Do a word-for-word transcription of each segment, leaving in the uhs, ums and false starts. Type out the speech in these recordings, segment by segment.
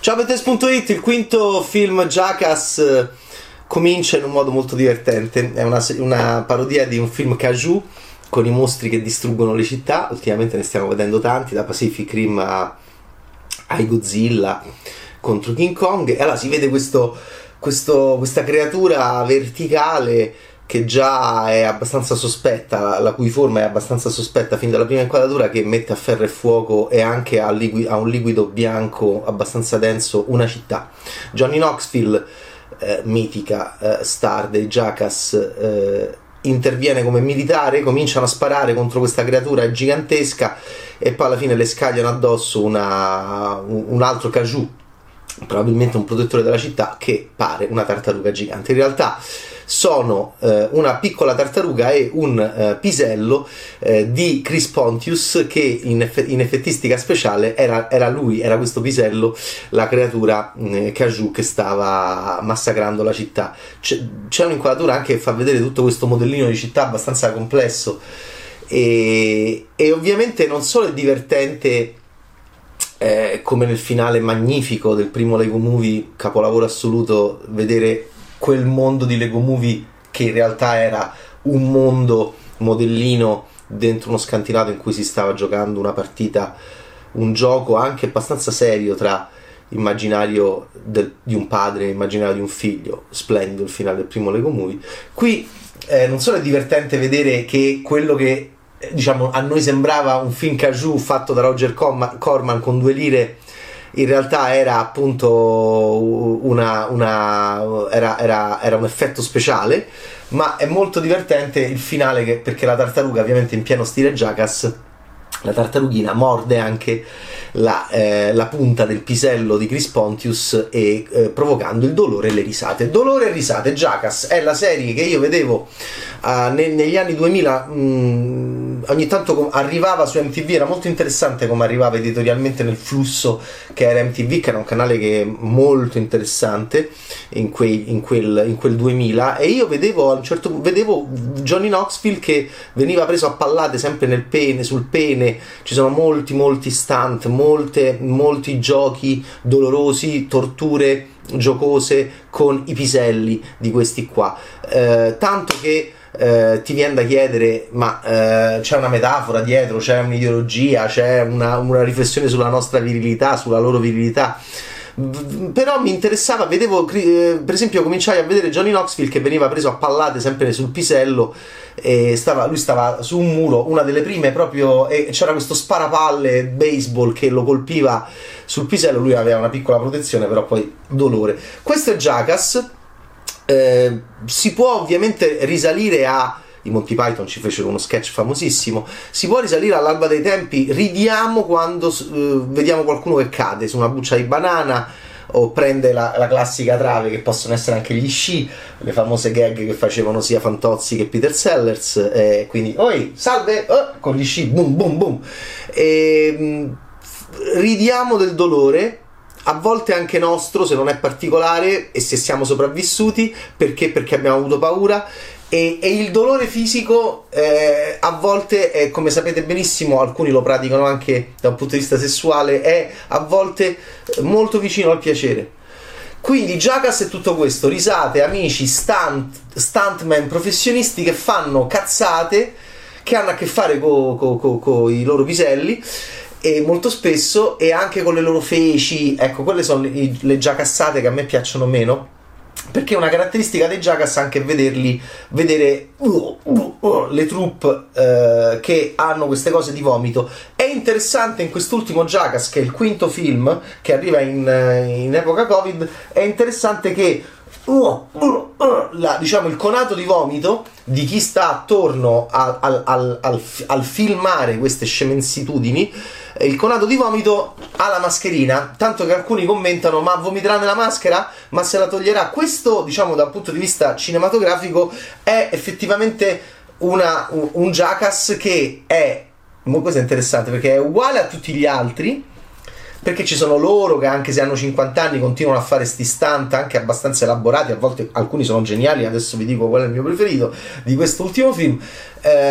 Ciao Bettes punto it, il quinto film Jackass comincia in un modo molto divertente. È una, una parodia di un film kaiju con i mostri che distruggono le città. Ultimamente ne stiamo vedendo tanti, da Pacific Rim a, a Godzilla contro King Kong. E allora si vede questo, questo, questa creatura verticale che già è abbastanza sospetta, la cui forma è abbastanza sospetta fin dalla prima inquadratura, che mette a ferro e fuoco e anche a, liquido, a un liquido bianco abbastanza denso una città. Johnny Knoxville, eh, mitica eh, star dei Jackass, eh, interviene come militare, cominciano a sparare contro questa creatura gigantesca e poi alla fine le scagliano addosso una, un altro kaiju, probabilmente un protettore della città, che pare una tartaruga gigante. In realtà sono eh, una piccola tartaruga e un eh, pisello eh, di Chris Pontius, che in, eff- in effettistica speciale era, era lui, era questo pisello, la creatura eh, kaiju che stava massacrando la città. C'è, c'è un'inquadratura anche che fa vedere tutto questo modellino di città abbastanza complesso e, e ovviamente non solo è divertente, eh, come nel finale magnifico del primo Lego Movie, capolavoro assoluto, vedere quel mondo di Lego Movie che in realtà era un mondo modellino dentro uno scantinato in cui si stava giocando una partita, un gioco anche abbastanza serio tra immaginario del, di un padre e immaginario di un figlio. Splendido il finale del primo Lego Movie. Qui eh, non solo è divertente vedere che quello che eh, diciamo a noi sembrava un film kaiju fatto da Roger Corman con due lire, in realtà era appunto una, una era, era, era un effetto speciale, ma è molto divertente il finale, che, perché la tartaruga, ovviamente in pieno stile Jackass, la tartarughina morde anche la, eh, la punta del pisello di Chris Pontius e eh, provocando il dolore e le risate. Dolore e risate. Jackass è la serie che io vedevo uh, ne, negli anni duemila, mh, ogni tanto com- arrivava su M T V, era molto interessante come arrivava editorialmente nel flusso che era M T V, che era un canale che è molto interessante in, quei, in, quel, in quel duemila, e io vedevo a un certo punto vedevo Johnny Knoxville che veniva preso a pallate sempre nel pene, sul pene. Ci sono molti molti stunt, molte, molti giochi dolorosi, torture giocose con i piselli di questi qua, eh, tanto che eh, ti viene da chiedere, ma eh, c'è una metafora dietro, c'è un'ideologia, c'è una, una riflessione sulla nostra virilità, sulla loro virilità? Però mi interessava, vedevo eh, per esempio cominciai a vedere Johnny Knoxville che veniva preso a pallate sempre sul pisello, e stava, lui stava su un muro, una delle prime proprio, e c'era questo sparapalle baseball che lo colpiva sul pisello, lui aveva una piccola protezione, però poi dolore. Questo è Jackass. Eh, si può ovviamente risalire a i Monty Python, ci fecero uno sketch famosissimo, si può risalire all'alba dei tempi, ridiamo quando uh, vediamo qualcuno che cade su una buccia di banana o prende la, la classica trave, che possono essere anche gli sci, le famose gag che facevano sia Fantozzi che Peter Sellers, eh, quindi oi salve, oh, con gli sci boom boom boom, e, mh, ridiamo del dolore, a volte anche nostro se non è particolare e se siamo sopravvissuti, perché perché abbiamo avuto paura. E, e il dolore fisico eh, a volte è, come sapete benissimo, alcuni lo praticano anche da un punto di vista sessuale, è a volte molto vicino al piacere. Quindi Jackass è tutto questo: risate, amici, stunt, stuntman professionisti che fanno cazzate che hanno a che fare con co, co, co i loro piselli, e molto spesso, e anche con le loro feci. Ecco, quelle sono le, le giacassate che a me piacciono meno, perché una caratteristica dei Jackass è anche vederli, vedere uh, uh, uh, le troupe uh, che hanno queste cose di vomito. È interessante in quest'ultimo Jackass, che è il quinto film che arriva in, in epoca Covid, è interessante che uh, uh, uh, la, diciamo il conato di vomito di chi sta attorno al, al, al, al, al filmare queste scemensitudini, il conato di vomito ha la mascherina, tanto che alcuni commentano: ma vomiterà nella maschera? Ma se la toglierà? Questo, diciamo, dal punto di vista cinematografico è effettivamente una, un, un Jackass che è, questo è interessante perché è uguale a tutti gli altri, perché ci sono loro che anche se hanno cinquanta anni continuano a fare sti stunt anche abbastanza elaborati, a volte alcuni sono geniali. Adesso vi dico qual è il mio preferito di quest'ultimo film. eh,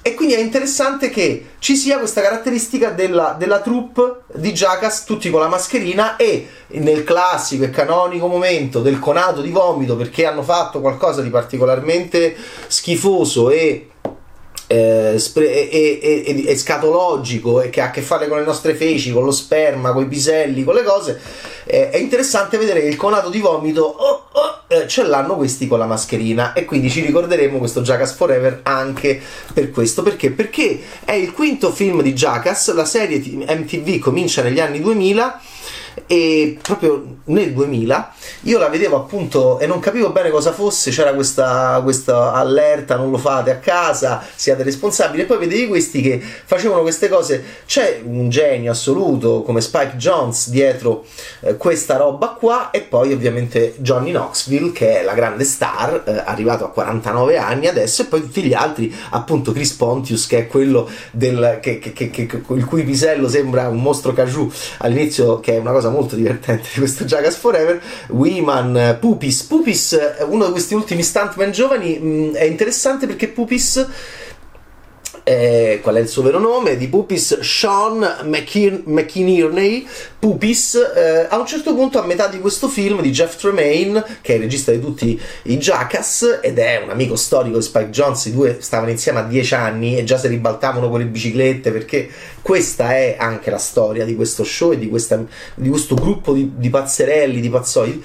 E quindi è interessante che ci sia questa caratteristica della, della troupe di Jackass, tutti con la mascherina, e nel classico e canonico momento del conato di vomito perché hanno fatto qualcosa di particolarmente schifoso e Eh, spre- e, e, e, e scatologico, e che ha a che fare con le nostre feci, con lo sperma, con i piselli, con le cose, eh, è interessante vedere che il conato di vomito oh, oh, eh, ce l'hanno questi con la mascherina, e quindi ci ricorderemo questo Jackass Forever anche per questo. Perché? Perché è il quinto film di Jackass. La serie M T V comincia negli anni duemila, e proprio nel duemila io la vedevo appunto e non capivo bene cosa fosse, c'era questa, questa allerta: non lo fate a casa, siate responsabili, e poi vedevi questi che facevano queste cose. C'è un genio assoluto come Spike Jonze dietro eh, questa roba qua, e poi ovviamente Johnny Knoxville, che è la grande star, eh, arrivato a quarantanove anni adesso, e poi tutti gli altri, appunto Chris Pontius, che è quello del, che, che, che, che, il cui pisello sembra un mostro cajou all'inizio, che è una cosa molto divertente di questo Jackass Forever. Weeman, Pupis Pupis, uno di questi ultimi stuntman giovani, mh, è interessante perché Pupis, eh, qual è il suo vero nome di Pupis? Sean McInerney. Pupis, eh, a un certo punto, a metà di questo film di Jeff Tremaine, che è il regista di tutti i Jackass ed è un amico storico di Spike Jonze, i due stavano insieme a dieci anni e già si ribaltavano con le biciclette, perché questa è anche la storia di questo show e di, questa, di questo gruppo di, di pazzerelli, di pazzoidi.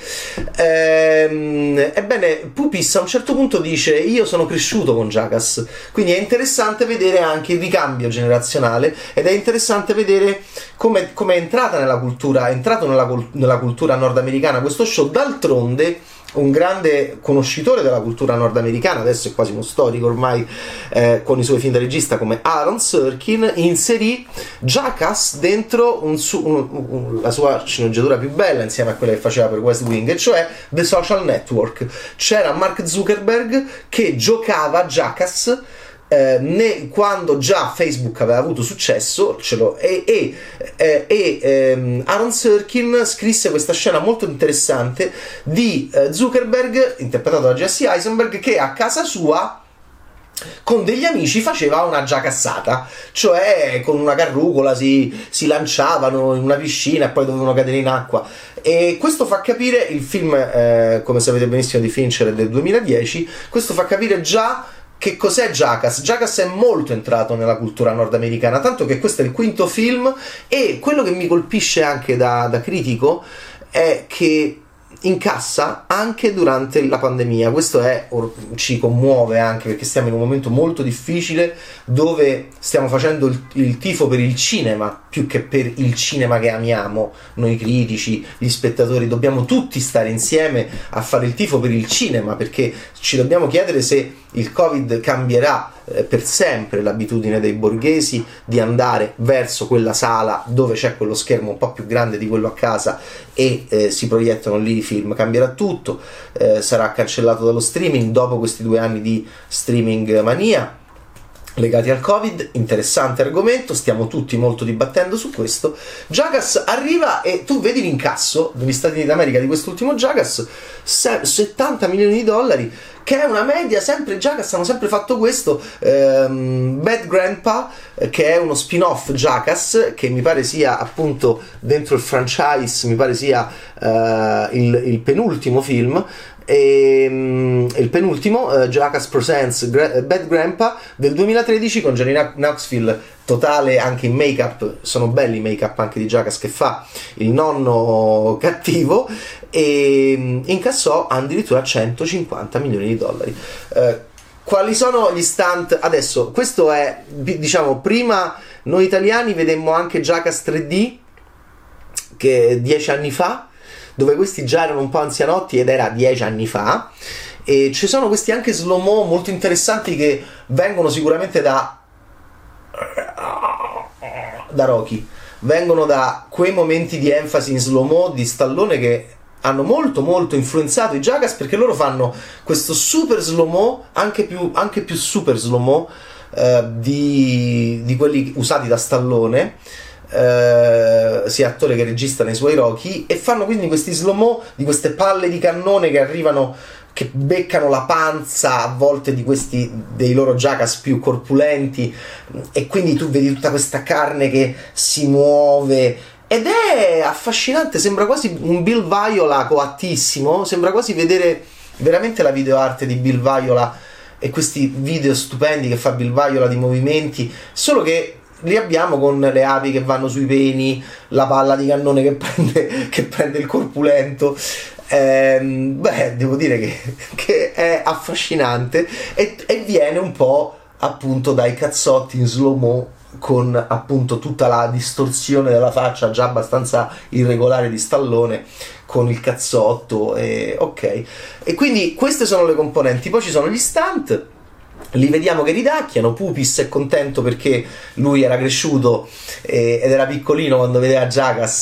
Ehm, ebbene, Pupis a un certo punto dice: io sono cresciuto con Jackass, quindi è interessante vedere anche il ricambio generazionale, ed è interessante vedere come è entrata nella cultura, è entrato nella, nella cultura nordamericana questo show. D'altronde un grande conoscitore della cultura nordamericana, adesso è quasi uno storico ormai, eh, con i suoi film da regista, come Aaron Sorkin, inserì Jackass dentro un su, un, un, la sua sceneggiatura più bella, insieme a quella che faceva per West Wing, e cioè The Social Network. C'era Mark Zuckerberg che giocava Jackass Eh, né, quando già Facebook aveva avuto successo, ce lo, e, e, e, e ehm, Aaron Sorkin scrisse questa scena molto interessante di eh, Zuckerberg, interpretato da Jesse Eisenberg, che a casa sua con degli amici faceva una giacassata, cioè con una carrucola si, si lanciavano in una piscina e poi dovevano cadere in acqua. E questo fa capire, il film, eh, come sapete benissimo, di Fincher, è del duemiladieci, questo fa capire già che cos'è Jackass. Jackass è molto entrato nella cultura nordamericana, tanto che questo è il quinto film, e quello che mi colpisce anche da, da critico è che incassa anche durante la pandemia. Questo è, or, ci commuove anche perché stiamo in un momento molto difficile, dove stiamo facendo il, il tifo per il cinema più che per il cinema che amiamo noi critici, gli spettatori. Dobbiamo tutti stare insieme a fare il tifo per il cinema, perché ci dobbiamo chiedere se il Covid cambierà eh, per sempre l'abitudine dei borghesi di andare verso quella sala dove c'è quello schermo un po' più grande di quello a casa e eh, si proiettano lì i film. Cambierà tutto, eh, sarà cancellato dallo streaming dopo questi due anni di streaming mania legati al Covid. Interessante argomento, stiamo tutti molto dibattendo su questo. Jackass arriva e tu vedi l'incasso negli Stati Uniti d'America di quest'ultimo Jackass, settanta milioni di dollari, che è una media. Sempre Jackass hanno sempre fatto questo. ehm, Bad Grandpa, che è uno spin-off Jackass, che mi pare sia appunto dentro il franchise, mi pare sia eh, il, il penultimo film, e il penultimo, uh, Jackass Presents Gra- Bad Grandpa del duemilatredici, con Johnny Knoxville totale anche in make-up. Sono belli i make-up anche di Jackass, che fa il nonno cattivo, e incassò addirittura centocinquanta milioni di dollari. Uh, quali sono gli stunt? Adesso, questo è, diciamo, prima noi italiani vedemmo anche Jackass tre D, che dieci anni fa, dove questi già erano un po' anzianotti, ed era dieci anni fa, e ci sono questi anche slow-mo molto interessanti che vengono sicuramente da da Rocky, vengono da quei momenti di enfasi in slow-mo di Stallone che hanno molto molto influenzato i Jackass, perché loro fanno questo super slow-mo, anche più, anche più super slow-mo eh, di, di quelli usati da Stallone. eh, sia attore che regista nei suoi Rocky, e fanno quindi questi slow-mo di queste palle di cannone che arrivano, che beccano la panza a volte di questi dei loro jackass più corpulenti, e quindi tu vedi tutta questa carne che si muove ed è affascinante. Sembra quasi un Bill Viola coattissimo, sembra quasi vedere veramente la videoarte di Bill Viola e questi video stupendi che fa Bill Viola di movimenti, solo che li abbiamo con le api che vanno sui peni, la palla di cannone che prende, che prende il corpulento. Ehm, beh, devo dire che, che è affascinante, e, e viene un po' appunto dai cazzotti in slow-mo, con appunto tutta la distorsione della faccia già abbastanza irregolare di Stallone con il cazzotto, e ok, e quindi queste sono le componenti. Poi ci sono gli stunt, li vediamo che ridacchiano. Pupis è contento perché lui era cresciuto eh, ed era piccolino quando vedeva Jackass,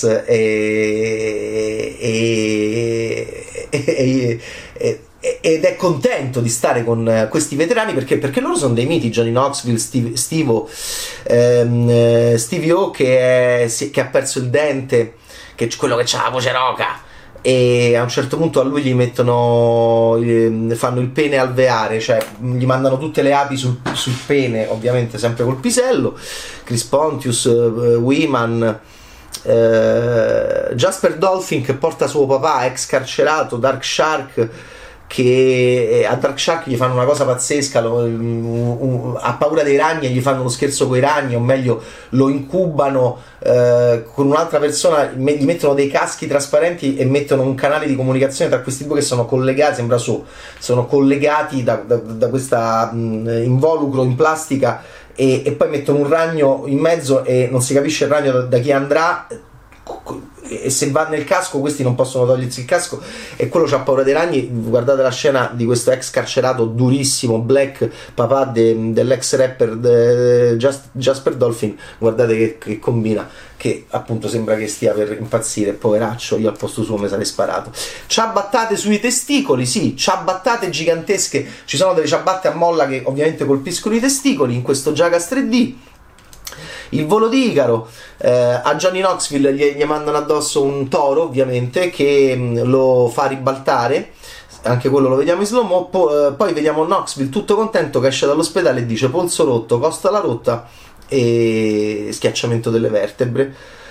e, e, e, e, ed è contento di stare con questi veterani perché, perché loro sono dei miti. Johnny Knoxville, Steve, Steve-O, ehm, Stevie O che, è, che ha perso il dente, che è quello che ha la voce roca, e a un certo punto a lui gli mettono, fanno il pene alveare, cioè gli mandano tutte le api sul, sul pene, ovviamente sempre col pisello. Chris Pontius, uh, Wiman, uh, Jasper Dolphin che porta suo papà ex carcerato, Dark Shark, che a Dark Shark gli fanno una cosa pazzesca, lo, um, um, ha paura dei ragni e gli fanno uno scherzo coi ragni, o meglio lo incubano uh, con un'altra persona, me, gli mettono dei caschi trasparenti e mettono un canale di comunicazione tra questi due che sono collegati, sembra so, sono collegati da, da, da questa um, involucro in plastica, e, e poi mettono un ragno in mezzo e non si capisce il ragno da, da chi andrà, e se va nel casco questi non possono togliersi il casco, e quello c'ha paura dei ragni. Guardate la scena di questo ex carcerato durissimo, Black, papà de, dell'ex rapper de, Just, Jasper Dolphin, guardate che, che combina, che appunto sembra che stia per impazzire, poveraccio. Io al posto suo mi sarei sparato. Ciabattate sui testicoli, sì, ciabattate gigantesche, ci sono delle ciabatte a molla che ovviamente colpiscono i testicoli in questo Jackass tre D. Il volo di Icaro, eh, a Johnny Knoxville gli, gli mandano addosso un toro, ovviamente, che mh, lo fa ribaltare, anche quello lo vediamo in slow-mo. Po- eh, poi vediamo Knoxville tutto contento che esce dall'ospedale e dice polso rotto, costola rotta e schiacciamento delle vertebre.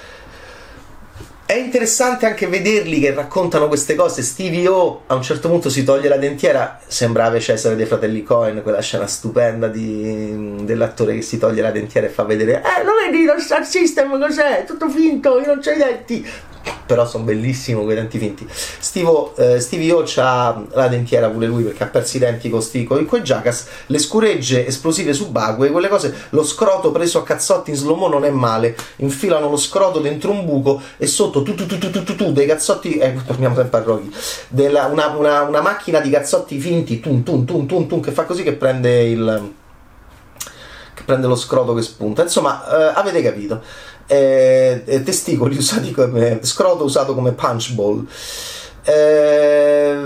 È interessante anche vederli che raccontano queste cose. Stevie-O a un certo punto si toglie la dentiera, sembra Ave Cesare dei fratelli Coen, quella scena stupenda di, dell'attore che si toglie la dentiera e fa vedere eh lo vedi lo Star System cos'è? Tutto finto, io non c'ho i denti. Però sono bellissimo quei denti finti. Steve-O, eh, Stevie-O c'ha la dentiera pure lui perché ha perso i denti con quei Jackass. Le scuregge esplosive subacquee, quelle cose, lo scroto preso a cazzotti in slow-mo non è male. Infilano lo scroto dentro un buco e sotto tu tu tu tu tu tu, tu dei cazzotti, eh, torniamo sempre a Rocky, della, una, una, una macchina di cazzotti finti tum tum tum tum tum che fa così, che prende il che prende lo scroto che spunta. Insomma, eh, avete capito. Eh, eh, testicoli usati come scroto usato come punch ball. Eh,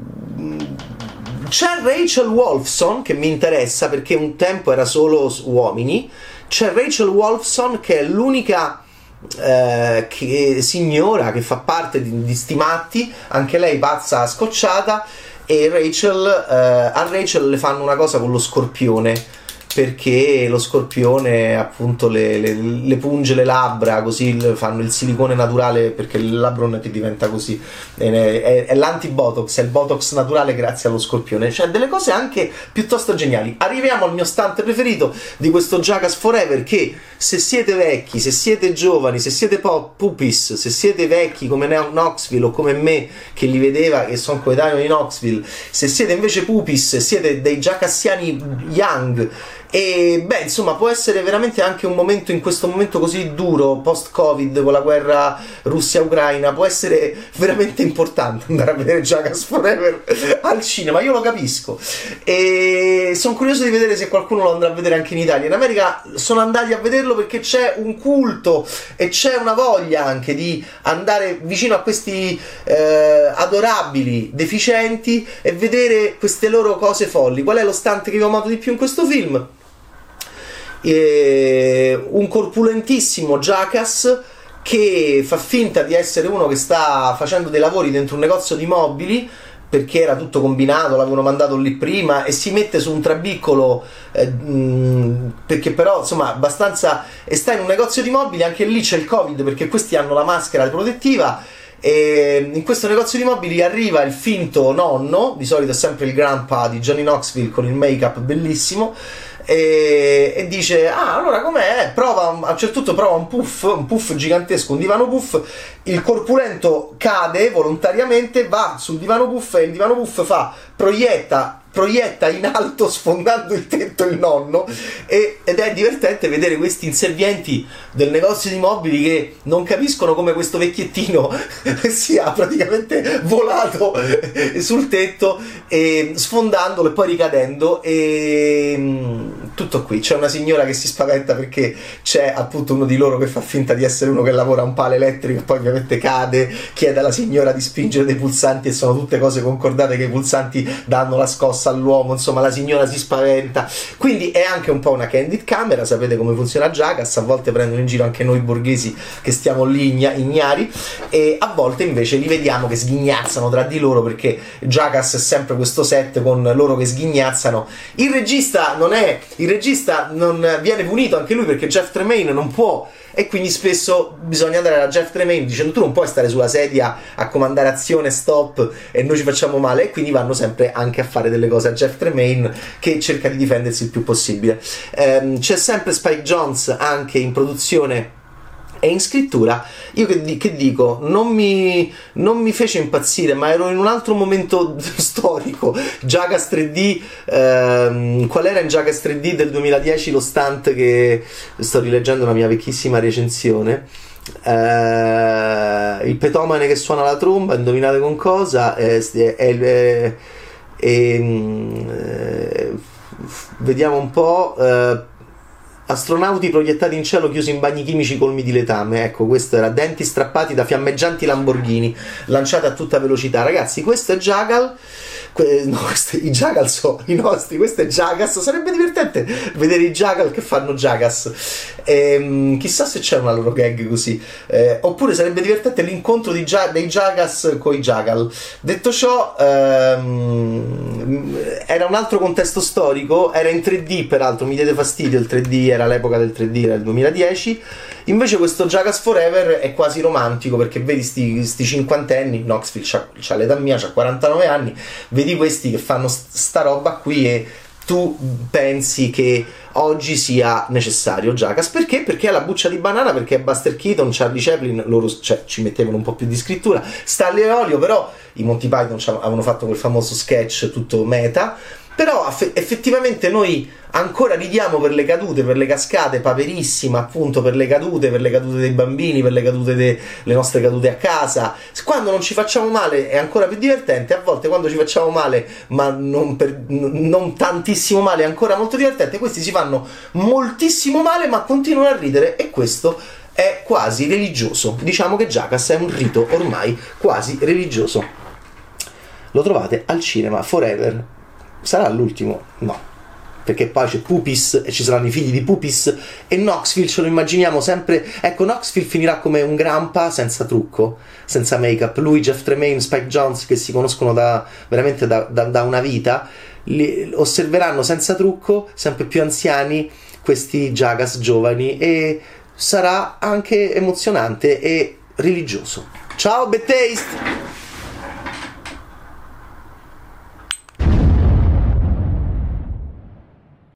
c'è Rachel Wolfson che mi interessa perché un tempo era solo uomini. C'è Rachel Wolfson che è l'unica eh, che, signora che fa parte di, di sti matti, anche lei pazza scocciata, e Rachel, eh, a Rachel le fanno una cosa con lo scorpione, perché lo scorpione appunto le, le, le punge le labbra, così fanno il silicone naturale, perché il labbro ti diventa così, è, è, è l'anti-botox, è il botox naturale grazie allo scorpione. Cioè delle cose anche piuttosto geniali. Arriviamo al mio stunt preferito di questo Jackass Forever, che se siete vecchi, se siete giovani, se siete pop, pupis, se siete vecchi come Knoxville o come me che li vedeva, che sono coetaneo di Knoxville, se siete invece pupis, siete dei Jackassiani young, e beh, insomma, può essere veramente anche un momento, in questo momento così duro post-Covid con la guerra Russia-Ucraina, può essere veramente importante andare a vedere Jackass Forever al cinema. Io lo capisco e sono curioso di vedere se qualcuno lo andrà a vedere anche in Italia. In America sono andati a vederlo perché c'è un culto e c'è una voglia anche di andare vicino a questi eh, adorabili deficienti e vedere queste loro cose folli. Qual è lo stunt che vi ho amato di più in questo film? eh, un corpulentissimo Jackass che fa finta di essere uno che sta facendo dei lavori dentro un negozio di mobili, perché era tutto combinato, l'avevano mandato lì prima, e si mette su un trabiccolo eh, mh, perché però insomma abbastanza, e sta in un negozio di mobili, anche lì c'è il Covid perché questi hanno la maschera protettiva, e in questo negozio di mobili arriva il finto nonno, di solito è sempre il grandpa di Johnny Knoxville con il make-up bellissimo, e, e dice: ah, allora com'è? Prova, a un certo punto prova un puff, un puff gigantesco, un divano puff. Il corpulento cade volontariamente, va sul divano puff e il divano puff fa proietta proietta in alto, sfondando il tetto, il nonno, e, ed è divertente vedere questi inservienti del negozio di mobili che non capiscono come questo vecchiettino sia praticamente volato sul tetto, e sfondandolo e poi ricadendo, e tutto qui. C'è una signora che si spaventa perché c'è appunto uno di loro che fa finta di essere uno che lavora a un palo elettrico e poi ovviamente cade, chiede alla signora di spingere dei pulsanti, e sono tutte cose concordate che i pulsanti danno la scossa all'uomo, insomma la signora si spaventa, quindi è anche un po' una candid camera. Sapete come funziona Jackass, a volte prendono in giro anche noi borghesi che stiamo lì ignari, e a volte invece li vediamo che sghignazzano tra di loro, perché Jackass è sempre questo set con loro che sghignazzano. Il regista non è il regista non viene punito anche lui, perché Jeff Tremaine non può, e quindi spesso bisogna andare da Jeff Tremaine dicendo: tu non puoi stare sulla sedia a comandare azione, stop, e noi ci facciamo male, e quindi vanno sempre anche a fare delle cose a Jeff Tremaine, che cerca di difendersi il più possibile. Ehm, c'è sempre Spike Jonze anche in produzione e in scrittura. Io che, che dico, non mi, non mi fece impazzire, ma ero in un altro momento storico. Jackass tre D, ehm, qual era in Jackass tre D del duemiladieci lo stunt, che sto rileggendo una mia vecchissima recensione, eh, il petomane che suona la tromba, indovinate con cosa, è, è, è, è, è, vediamo un po', eh, astronauti proiettati in cielo chiusi in bagni chimici colmi di letame. Ecco, questo era denti strappati da fiammeggianti Lamborghini lanciati a tutta velocità. Ragazzi, questo è Jackal. Que- no, questo, i Jackal sono i nostri, questo è Jackass. Sarebbe divertente vedere i Jackal che fanno Jackass. Ehm, chissà se c'è una loro gag così. Eh, oppure sarebbe divertente l'incontro di Gia- dei Jackass con i Jackal. Detto ciò, ehm, era un altro contesto storico, era in tre D, peraltro mi diede fastidio, il tre D era l'epoca del tre D, era il duemiladieci. Invece questo Jackass Forever è quasi romantico, perché vedi sti, sti cinquantenni, Knoxville c'ha, c'ha l'età mia, c'ha quarantanove anni, vedi questi che fanno sta roba qui e tu pensi che oggi sia necessario Jackass. Perché? Perché è la buccia di banana, perché è Buster Keaton, Charlie Chaplin, loro cioè, ci mettevano un po' più di scrittura, Stanley e Olio, però i Monty Python avevano fatto quel famoso sketch tutto meta. Però effettivamente noi ancora ridiamo per le cadute, per le cascate, Paperissima, appunto, per le cadute, per le cadute dei bambini, per le cadute de, le nostre cadute a casa. Quando non ci facciamo male è ancora più divertente, a volte quando ci facciamo male, ma non, per, non tantissimo male, è ancora molto divertente. Questi si fanno moltissimo male ma continuano a ridere, e questo è quasi religioso. Diciamo che Jackass è un rito ormai quasi religioso. Lo trovate al cinema Forever. Sarà l'ultimo? No, perché poi c'è Pupis e ci saranno i figli di Pupis, e Knoxville ce lo immaginiamo sempre. Ecco, Knoxville finirà come un grandpa senza trucco, senza make-up. Lui, Jeff Tremaine, Spike Jonze, che si conoscono da veramente da, da, da una vita, li osserveranno senza trucco, sempre più anziani, questi Jackass giovani, e sarà anche emozionante e religioso. Ciao, Bad Taste!